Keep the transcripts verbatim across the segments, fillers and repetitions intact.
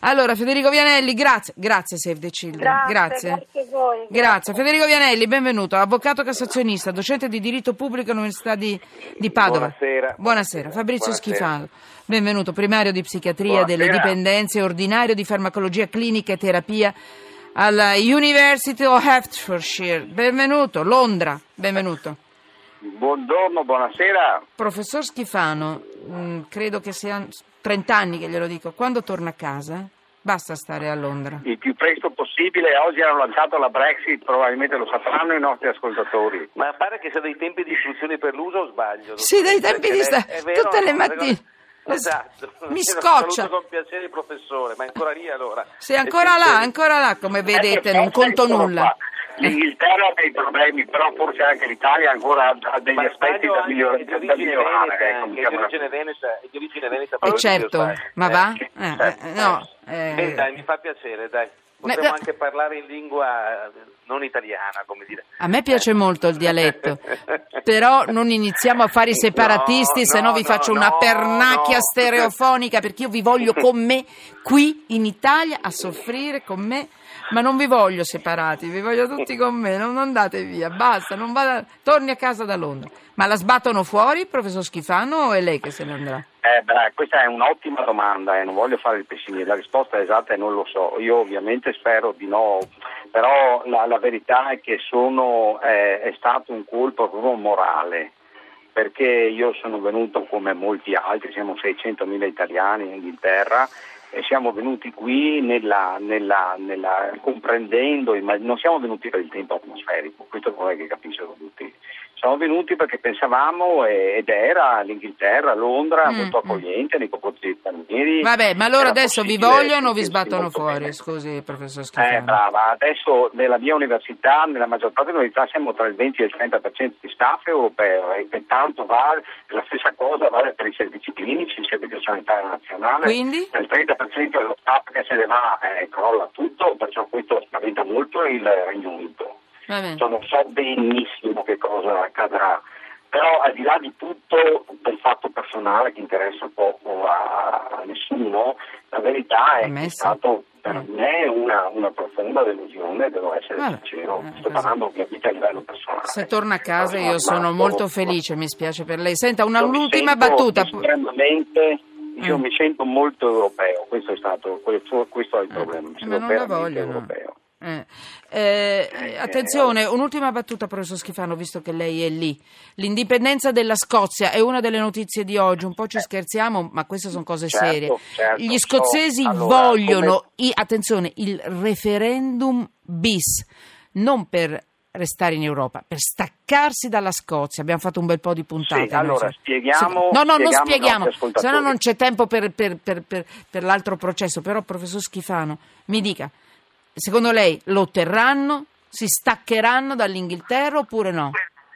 Allora, Federico Vianelli, grazie, grazie Save the Children, grazie. Grazie, grazie a voi. Grazie. grazie. Federico Vianelli, benvenuto, avvocato cassazionista, docente di diritto pubblico all'Università di, di Padova. Buonasera. Buonasera. Fabrizio Buonasera. Schifano, benvenuto, primario di psichiatria Buonasera. delle dipendenze, ordinario di farmacologia clinica e terapia alla University of Hertfordshire. Benvenuto, Londra, benvenuto. Buongiorno, buonasera. Professor Schifano, mh, credo che siano trent'anni che glielo dico, quando torna a casa? Basta stare a Londra. Il più presto possibile. Oggi hanno lanciato la Brexit, probabilmente lo sapranno i nostri ascoltatori. Ma pare che sia dei tempi di istruzioni per l'uso o sbaglio? Sì, dai tempi di sta... è vero, tutte le no? mattine. Esatto. Mi Io scoccia. Saluto con piacere il professore, ma ancora lì allora. Sì, ancora E là, sempre- ancora là, come vedete, non forse conto sono nulla. qua. L'Inghilterra ha dei problemi, però forse anche l'Italia ancora ha degli Ma aspetti sbaglio da, anche miglior- di da origine migliorare. veneta, ecco, anche di diciamo- origine veneta, di origine veneta. E proprio certo, io, sai. ma Eh, va? sì. Eh, eh, no, eh, Eh, dai, mi fa piacere, dai. Potremmo Ma- anche parlare in lingua non italiana, come dire. a me piace molto il dialetto, però non iniziamo a fare i separatisti, No, se no no, vi no, faccio una no, pernacchia no. stereofonica, perché io vi voglio con me qui in Italia a soffrire con me, ma non vi voglio separati, vi voglio tutti con me, non andate via, basta, non vada, torni a casa da Londra. Ma la sbattono fuori, professor Schifano, o è lei che se ne andrà? Eh, beh, questa è un'ottima domanda e non voglio fare il pessimista, la risposta esatta è non lo so, io ovviamente spero di no, però la, la verità è che sono, eh, è stato un colpo proprio morale, perché io sono venuto come molti altri, siamo seicentomila italiani in Inghilterra e siamo venuti qui nella, nella, nella, comprendendo, ma non siamo venuti per il tempo atmosferico, questo non è che capiscono tutti. Siamo venuti perché pensavamo ed era l'Inghilterra, Londra, Mm, molto mm. accogliente nei confronti dei stranieri. Vabbè, ma allora Era adesso vi possibile vogliono o vi sentirsi sbattono molto fuori? bene. Scusi, professor Eh, Schifano. brava, adesso nella mia università, nella maggior parte delle università siamo tra il venti e il trenta per cento di staff europeo e pertanto vale, la stessa cosa vale per i servizi clinici, il servizio sanitario nazionale. Quindi? Il trenta per cento dello staff che se ne va e crolla tutto, perciò questo spaventa molto il Regno Unito. Va bene. Cioè, non so benissimo che cosa accadrà, però al di là di tutto del fatto personale che interessa poco a, a nessuno, la verità è A me che è sì. stato per Mm. me una, una profonda delusione, devo essere Vabbè, sincero, eh, sto così. parlando ovviamente a livello personale. Se torna a casa Sono io sono rimasto- molto felice, mi spiace per lei. Senta, una, Io mi un'ultima sento battuta. estremamente, io Mm. mi sento molto europeo, questo è stato, questo, questo è il problema, mi Eh, sento ma non la veramente vogliono. europeo. Eh, eh, attenzione, un'ultima battuta, professor Schifano, visto che lei è lì. L'indipendenza della Scozia è una delle notizie di oggi, un po' ci scherziamo, ma queste sono cose Certo, serie. certo, Gli scozzesi so. Allora, vogliono, come- i- attenzione, il referendum bis, non per restare in Europa, per staccarsi dalla Scozia. Abbiamo fatto un bel po' di puntate. Sì, allora, noi, sì. spieghiamo- No, no, non spieghiamo ai spieghiamo, nostri se no ascoltatori. non c'è tempo per, per- per- per- per l'altro processo. Però, professor Schifano, mi dica, secondo lei lo otterranno? Si staccheranno dall'Inghilterra oppure no?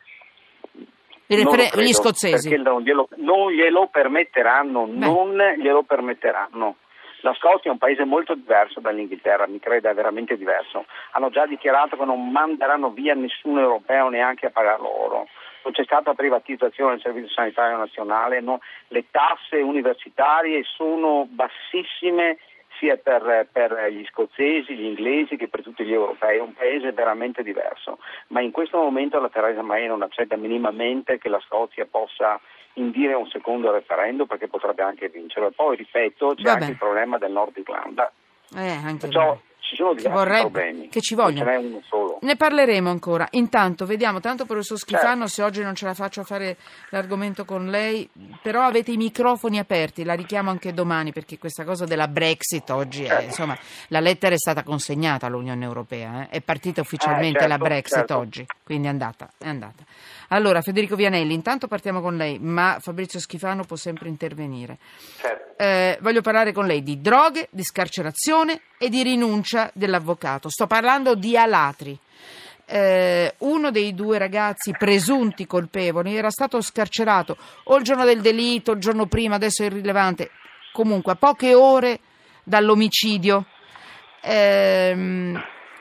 Il Non lo refere- credo, gli scozzesi. perché non glielo, non glielo permetteranno, non glielo permetteranno. La Scozia è un paese molto diverso dall'Inghilterra, mi creda, è veramente diverso. Hanno già dichiarato che non manderanno via nessun europeo neanche a pagar loro. Non c'è stata privatizzazione del servizio sanitario nazionale, no? Le tasse universitarie sono bassissime sia per, per gli scozzesi, gli inglesi che per tutti gli europei. È un paese veramente diverso, ma in questo momento la Theresa May non accetta minimamente che la Scozia possa indire un secondo referendum, perché potrebbe anche vincerlo. E poi, ripeto, c'è Va anche bene. il problema del Nord Irlanda. Eh, anche Perciò lei. ci sono Che diversi vorrebbe- problemi, che ci non vogliono. ce n'è uno solo. Ne parleremo ancora. Intanto vediamo, tanto professor Schifano, Certo. se oggi non ce la faccio a fare l'argomento con lei, però avete i microfoni aperti, la richiamo anche domani, perché questa cosa della Brexit oggi è, insomma, la lettera è stata consegnata all'Unione Europea, eh? È partita ufficialmente Eh, certo, la Brexit certo. oggi, quindi è andata, è andata. Allora, Federico Vianelli, intanto partiamo con lei, ma Fabrizio Schifano può sempre intervenire. Certo. Eh, voglio parlare con lei di droghe, di scarcerazione e di rinuncia dell'avvocato. Sto parlando di Alatri. Eh, uno dei due ragazzi presunti colpevoli era stato scarcerato o il giorno del delitto, il giorno prima, adesso è irrilevante, comunque a poche ore dall'omicidio. Ehm,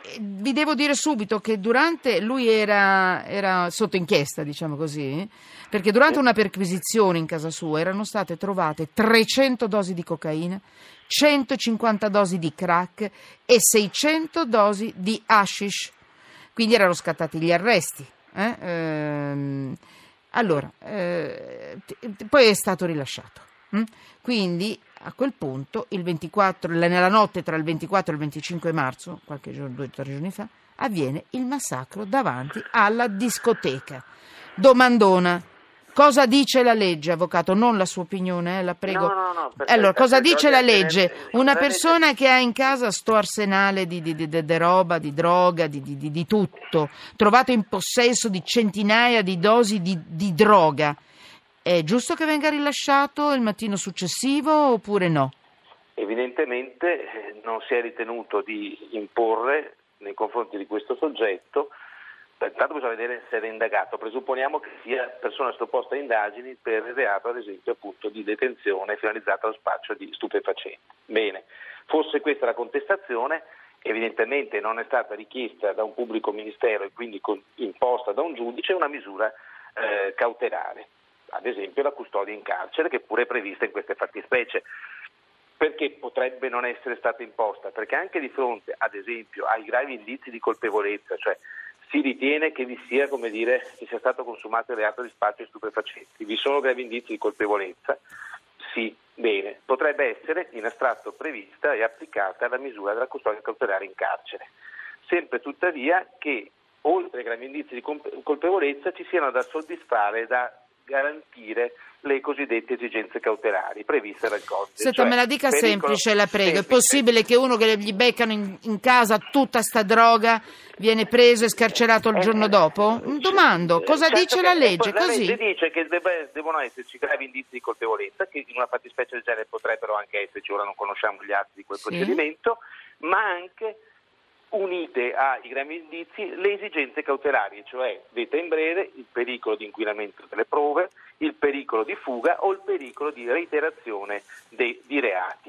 vi devo dire subito che durante lui era, era sotto inchiesta, diciamo così, perché durante una perquisizione in casa sua erano state trovate trecento dosi di cocaina, centocinquanta dosi di crack e seicento dosi di hashish. Quindi erano scattati gli arresti. Eh? Ehm, allora, eh, poi è stato rilasciato. Hm? Quindi a quel punto, il ventiquattro, nella notte tra il ventiquattro e il venticinque marzo, qualche giorno, due o tre giorni fa, avviene il massacro davanti alla discoteca. Domandona: cosa dice la legge, avvocato? Non la sua opinione, eh, la prego. No, no, no, perfetto. Allora, cosa dice la legge? Tenere... Una persona che ha in casa sto arsenale di, di, di, di, di roba, di droga, di, di, di, di tutto, trovato in possesso di centinaia di dosi di, di droga, è giusto che venga rilasciato il mattino successivo oppure no? Evidentemente non si è ritenuto di imporre nei confronti di questo soggetto. Intanto bisogna vedere se era indagato. Presupponiamo che sia persona sottoposta a indagini per il reato, ad esempio, appunto di detenzione finalizzata allo spaccio di stupefacenti. Bene, fosse questa la contestazione, evidentemente non è stata richiesta da un pubblico ministero e quindi imposta da un giudice una misura eh, cautelare, ad esempio la custodia in carcere, che pure è prevista in queste fattispecie. Perché potrebbe non essere stata imposta? Perché anche di fronte, ad esempio, ai gravi indizi di colpevolezza, cioè si ritiene che vi sia, come dire, che sia stato consumato il reato di spaccio di stupefacenti, vi sono gravi indizi di colpevolezza, sì, bene, potrebbe essere in astratto prevista e applicata la misura della custodia cautelare in carcere, sempre tuttavia che oltre ai gravi indizi di colpevolezza ci siano da soddisfare, da garantire le cosiddette esigenze cautelari previste dal codice. Senta, cioè, me la dica pericolo... semplice, la prego. Semplice. È possibile che uno che gli beccano in, in casa tutta sta droga viene preso e scarcerato il eh, giorno dopo? Domando, cosa certo dice la legge? La Così? legge dice che deve, devono esserci gravi indizi di colpevolezza, che in una fattispecie del genere potrebbero anche esserci, ora non conosciamo gli atti di quel Sì. procedimento, ma anche unite ai gravi indizi le esigenze cautelari, cioè detta in breve il pericolo di inquinamento delle prove, il pericolo di fuga o il pericolo di reiterazione dei, di reati.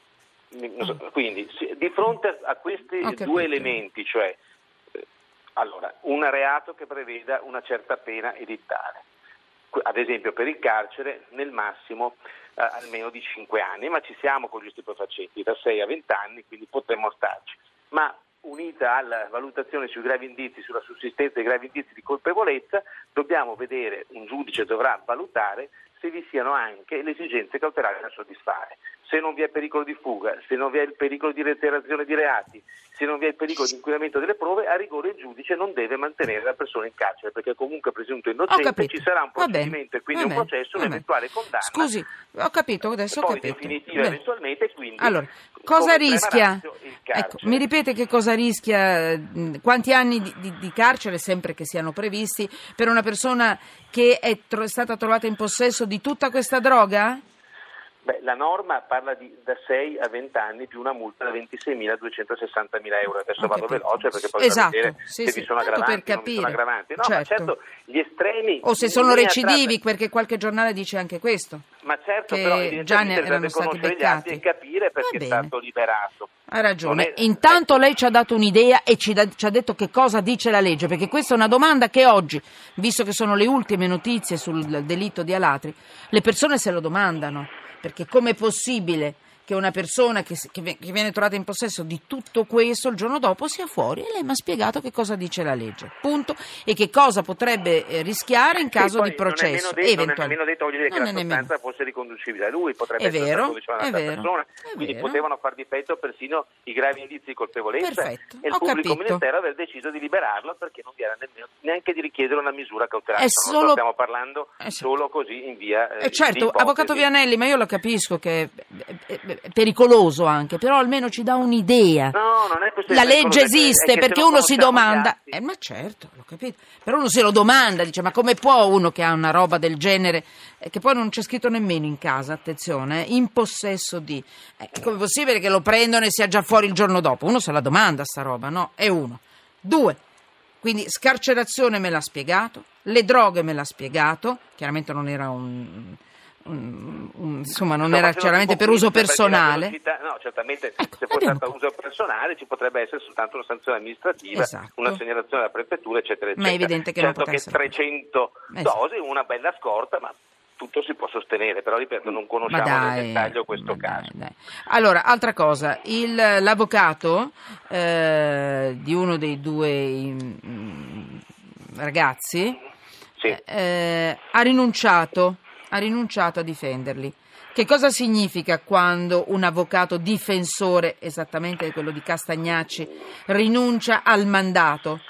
Quindi di fronte a questi due elementi, cioè eh, allora un reato che preveda una certa pena edittale, ad esempio per il carcere nel massimo eh, almeno di cinque anni, ma ci siamo con gli stupefacenti da sei a venti anni, quindi potremmo starci, ma unita alla valutazione sui gravi indizi, sulla sussistenza dei gravi indizi di colpevolezza, dobbiamo vedere, un giudice dovrà valutare se vi siano anche le esigenze cautelari da soddisfare. Se non vi è pericolo di fuga, se non vi è il pericolo di reiterazione di reati, se non vi è il pericolo di inquinamento delle prove, a rigore il giudice non deve mantenere la persona in carcere, perché comunque presunto innocente ci sarà un procedimento e quindi un processo, un'eventuale condanna. Scusi, ho capito, adesso ho poi capito. definitiva Beh. eventualmente, quindi allora, cosa rischia? Il Ecco, mi ripete che cosa rischia, quanti anni di, di, di carcere, sempre che siano previsti, per una persona che è tro- stata trovata in possesso di tutta questa droga? Beh, la norma parla di da sei a venti anni più una multa da ventiseiemiladuecentosessantamila euro. Adesso Ho vado capito. veloce perché poi Esatto, vedere sì, se sì, vi sono tanto aggravanti, per non vi sono capire. aggravanti. No, Certo. ma certo, gli estremi... O se sono linea recidivi, tratta... perché qualche giornale dice anche questo. Ma certo, che però già evidentemente ne erano deve stati conoscere gli beccati. atti e capire perché è stato liberato. Ha ragione. È... Intanto lei ci ha dato un'idea e ci, da, ci ha detto che cosa dice la legge, perché questa è una domanda che oggi, visto che sono le ultime notizie sul delitto di Alatri, le persone se lo domandano, perché com'è possibile che una persona che, che viene trovata in possesso di tutto questo il giorno dopo sia fuori, e lei mi ha spiegato che cosa dice la legge, punto, e che cosa potrebbe eh, rischiare in caso sì, di processo. Non è nemmeno detto, non è nemmeno detto oggi che non la sostanza nemmeno. fosse riconducibile a lui, potrebbe è essere vero, riconducibile a un'altra persona, quindi vero. potevano far difetto persino i gravi indizi di colpevolezza. Perfetto, e il ho pubblico capito. ministero aver deciso di liberarlo perché non vi era nemmeno, neanche di richiedere una misura cautelare. È non solo... stiamo parlando eh, solo così in via eh, certo, di avvocato Vianelli, ma io lo capisco che è, è, è pericoloso anche, però almeno ci dà un'idea. No, non è questo. La legge esiste, perché, perché uno si domanda, eh, ma certo, l'ho capito, però uno se lo domanda, dice, ma come può uno che ha una roba del genere, eh, che poi non c'è scritto nemmeno in casa, attenzione, eh, in possesso di, eh, come è possibile che lo prendono e sia già fuori il giorno dopo? Uno se la domanda sta roba, no? È uno. Due, quindi scarcerazione me l'ha spiegato, le droghe me l'ha spiegato, chiaramente non era un... un, un, insomma non no, era chiaramente per uso personale. Velocità, no, certamente ecco, se fosse abbiamo... stato uso personale ci potrebbe essere soltanto una sanzione amministrativa, esatto. una segnalazione alla prefettura, eccetera, eccetera. Ma è evidente che certo non potrà che trecento esatto. dosi, una bella scorta, ma tutto si può sostenere, però ripeto, non conosciamo dai, nel dettaglio questo dai, caso. Dai. Allora, altra cosa, il, l'avvocato eh, di uno dei due mm, ragazzi sì. eh, ha rinunciato, ha rinunciato a difenderli. Che cosa significa quando un avvocato difensore, esattamente quello di Castagnacci, rinuncia al mandato?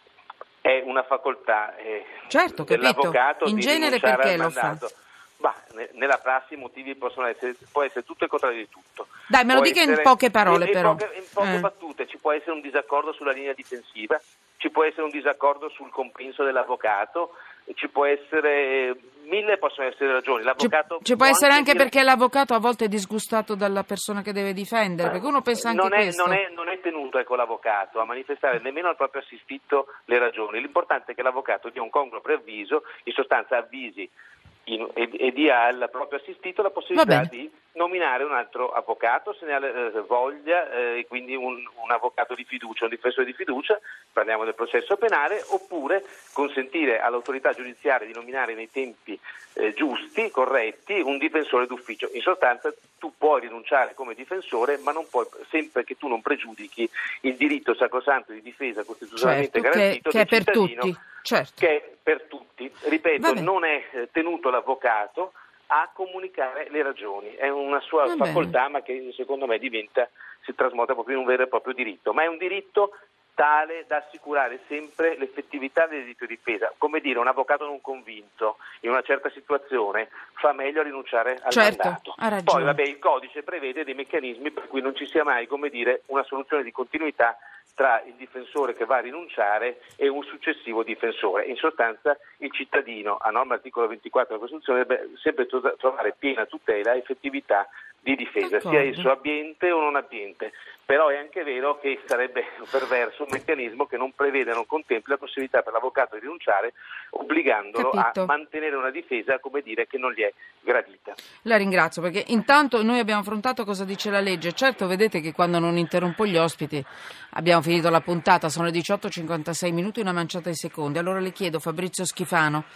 È una facoltà eh, certo, dell'avvocato in di genere rinunciare perché al lo fa? mandato. Bah, nella prassi i motivi possono essere, può essere tutto e il contrario di tutto. Dai, me lo può dica essere, in poche parole in, però. In poche, in poche eh. battute, ci può essere un disaccordo sulla linea difensiva, ci può essere un disaccordo sul compenso dell'avvocato, ci può essere, mille possono essere ragioni. L'avvocato ci, ci può essere anche dire... perché l'avvocato a volte è disgustato dalla persona che deve difendere, perché uno pensa anche non è, questo. Non è, non è tenuto ecco, l'avvocato a manifestare nemmeno al proprio assistito le ragioni. L'importante è che l'avvocato dia un congruo preavviso, in sostanza avvisi in, e, e dia al proprio assistito la possibilità di nominare un altro avvocato se ne ha eh, voglia, e eh, quindi un, un avvocato di fiducia, un difensore di fiducia, parliamo del processo penale, oppure consentire all'autorità giudiziaria di nominare nei tempi eh, giusti, corretti, un difensore d'ufficio. In sostanza tu puoi rinunciare come difensore, ma non puoi, sempre che tu non pregiudichi il diritto sacrosanto di difesa costituzionalmente certo, garantito che, che del è per cittadino, tutti, certo. che è per tutti. Ripeto, Vabbè. non è eh, tenuto l'avvocato a comunicare le ragioni, è una sua Va facoltà, bene. ma che secondo me diventa, si trasmuta proprio in un vero e proprio diritto, ma è un diritto tale da assicurare sempre l'effettività del diritto di difesa. Come dire, un avvocato non convinto in una certa situazione fa meglio a rinunciare al certo, mandato. ha ragione. Poi vabbè, il codice prevede dei meccanismi per cui non ci sia mai, come dire, una soluzione di continuità tra il difensore che va a rinunciare e un successivo difensore. In sostanza il cittadino, a norma articolo ventiquattro della Costituzione, deve sempre trovare piena tutela e effettività di difesa, D'accordo. sia esso abbiente o non abbiente. Però è anche vero che sarebbe perverso un meccanismo che non prevede, non contempla la possibilità per l'avvocato di rinunciare, obbligandolo Capito. a mantenere una difesa, come dire, che non gli è gradita. La ringrazio perché intanto noi abbiamo affrontato cosa dice la legge. Certo, vedete che quando non interrompo gli ospiti abbiamo finito la puntata, sono le diciotto e cinquantasei minuti, una manciata di secondi. Allora le chiedo, Fabrizio Schifano,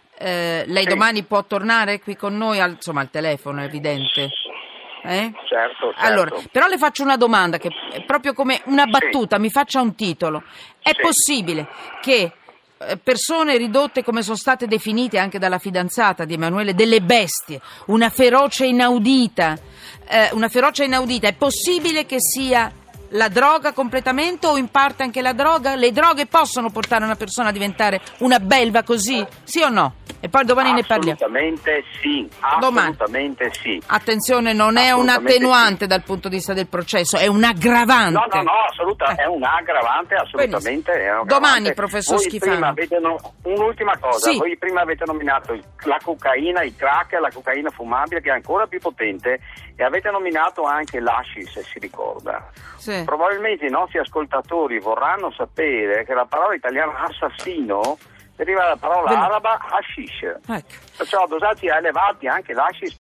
eh, lei sì. domani può tornare qui con noi, al, insomma al telefono, è evidente. Eh? Certo, certo. Allora, però le faccio una domanda che è proprio come una battuta, sì. mi faccia un titolo. È sì. possibile che eh, persone ridotte come sono state definite anche dalla fidanzata di Emanuele delle bestie, una ferocia inaudita, eh, una ferocia inaudita, è possibile che sia la droga completamente o in parte anche la droga? Le droghe possono portare una persona a diventare una belva così? Sì o no? E poi domani ne parliamo. Assolutamente sì, Domani. assolutamente sì. Attenzione, non è un attenuante sì. dal punto di vista del processo, è un aggravante. No, no, no, assolutamente, eh. è un aggravante, assolutamente. È un Domani, professor voi Schifano. Prima avete no... Un'ultima cosa, sì. voi prima avete nominato la cocaina, il crack, la cocaina fumabile, che è ancora più potente, e avete nominato anche l'hashish, se si ricorda. Sì. Probabilmente i nostri ascoltatori vorranno sapere che la parola italiana assassino deriva dalla parola Bene. araba hashish. Ecco. Perciò dosaggi elevati anche l'hashish